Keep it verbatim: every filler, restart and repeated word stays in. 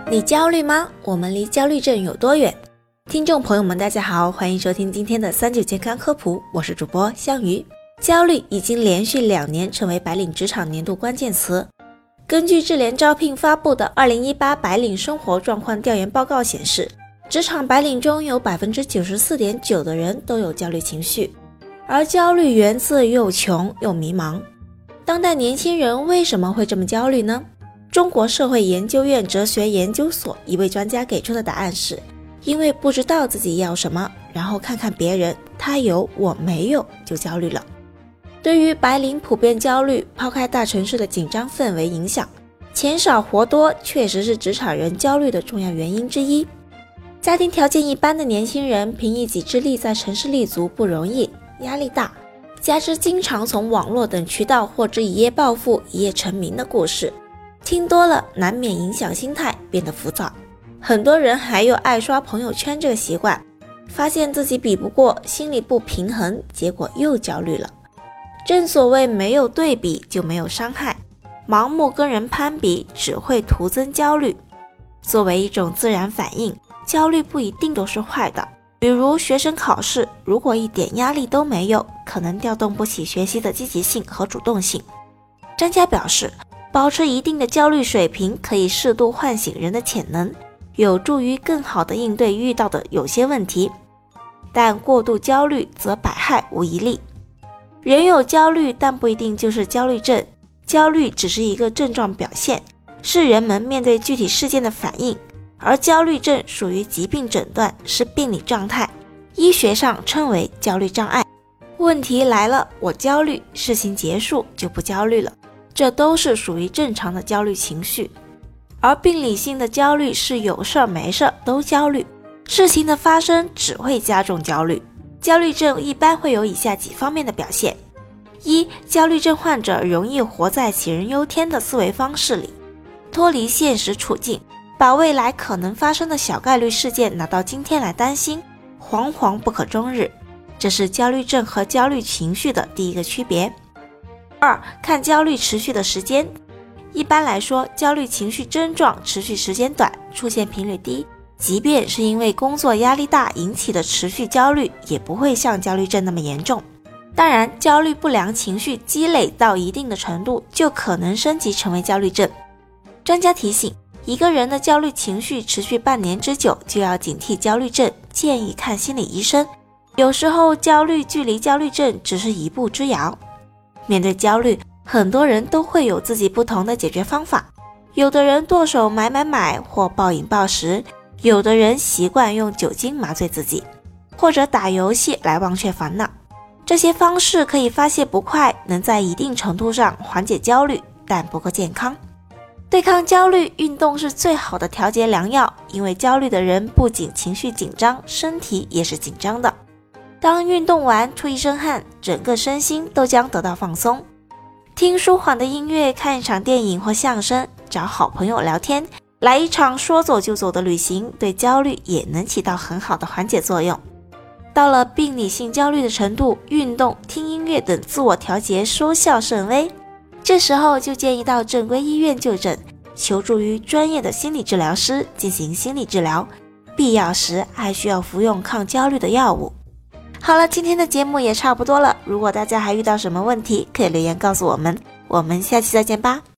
你焦虑吗？我们离焦虑症有多远？听众朋友们大家好，欢迎收听今天的三九健康科普，我是主播香鱼。焦虑已经连续两年成为白领职场年度关键词。根据智联招聘发布的二零一八白领生活状况调研报告显示，职场白领中有 百分之九十四点九 的人都有焦虑情绪，而焦虑源自又穷又迷茫。当代年轻人为什么会这么焦虑呢？中国社会研究院哲学研究所一位专家给出的答案是，因为不知道自己要什么，然后看看别人，他有我没有，就焦虑了。对于白领普遍焦虑，抛开大城市的紧张氛围影响，钱少活多确实是职场人焦虑的重要原因之一。家庭条件一般的年轻人凭一己之力在城市立足不容易，压力大，加之经常从网络等渠道获知一夜暴富一夜成名的故事，听多了难免影响心态，变得浮躁。很多人还有爱刷朋友圈这个习惯，发现自己比不过，心里不平衡，结果又焦虑了。正所谓没有对比就没有伤害，盲目跟人攀比只会徒增焦虑。作为一种自然反应，焦虑不一定都是坏的。比如学生考试，如果一点压力都没有，可能调动不起学习的积极性和主动性。专家表示，保持一定的焦虑水平可以适度唤醒人的潜能，有助于更好地应对遇到的有些问题，但过度焦虑则百害无一利。人有焦虑，但不一定就是焦虑症，焦虑只是一个症状表现，是人们面对具体事件的反应，而焦虑症属于疾病诊断，是病理状态，医学上称为焦虑障碍。问题来了，我焦虑，事情结束就不焦虑了，这都是属于正常的焦虑情绪。而病理性的焦虑是有事没事都焦虑，事情的发生只会加重焦虑。焦虑症一般会有以下几方面的表现：一、焦虑症患者容易活在杞人忧天的思维方式里，脱离现实处境，把未来可能发生的小概率事件拿到今天来担心，惶惶不可终日。这是焦虑症和焦虑情绪的第一个区别。二、看焦虑持续的时间。一般来说，焦虑情绪症状持续时间短，出现频率低，即便是因为工作压力大引起的持续焦虑，也不会像焦虑症那么严重。当然，焦虑不良情绪积累到一定的程度，就可能升级成为焦虑症。专家提醒，一个人的焦虑情绪持续半年之久，就要警惕焦虑症，建议看心理医生。有时候焦虑距离焦虑症只是一步之遥。面对焦虑，很多人都会有自己不同的解决方法，有的人剁手买买买或暴饮暴食，有的人习惯用酒精麻醉自己，或者打游戏来忘却烦恼。这些方式可以发泄不快，能在一定程度上缓解焦虑，但不够健康。对抗焦虑，运动是最好的调节良药，因为焦虑的人不仅情绪紧张，身体也是紧张的。当运动完出一身汗，整个身心都将得到放松。听舒缓的音乐，看一场电影或相声，找好朋友聊天，来一场说走就走的旅行，对焦虑也能起到很好的缓解作用。到了病理性焦虑的程度，运动、听音乐等自我调节收效甚微，这时候就建议到正规医院就诊，求助于专业的心理治疗师进行心理治疗，必要时还需要服用抗焦虑的药物。好了，今天的节目也差不多了，如果大家还遇到什么问题，可以留言告诉我们，我们下期再见吧。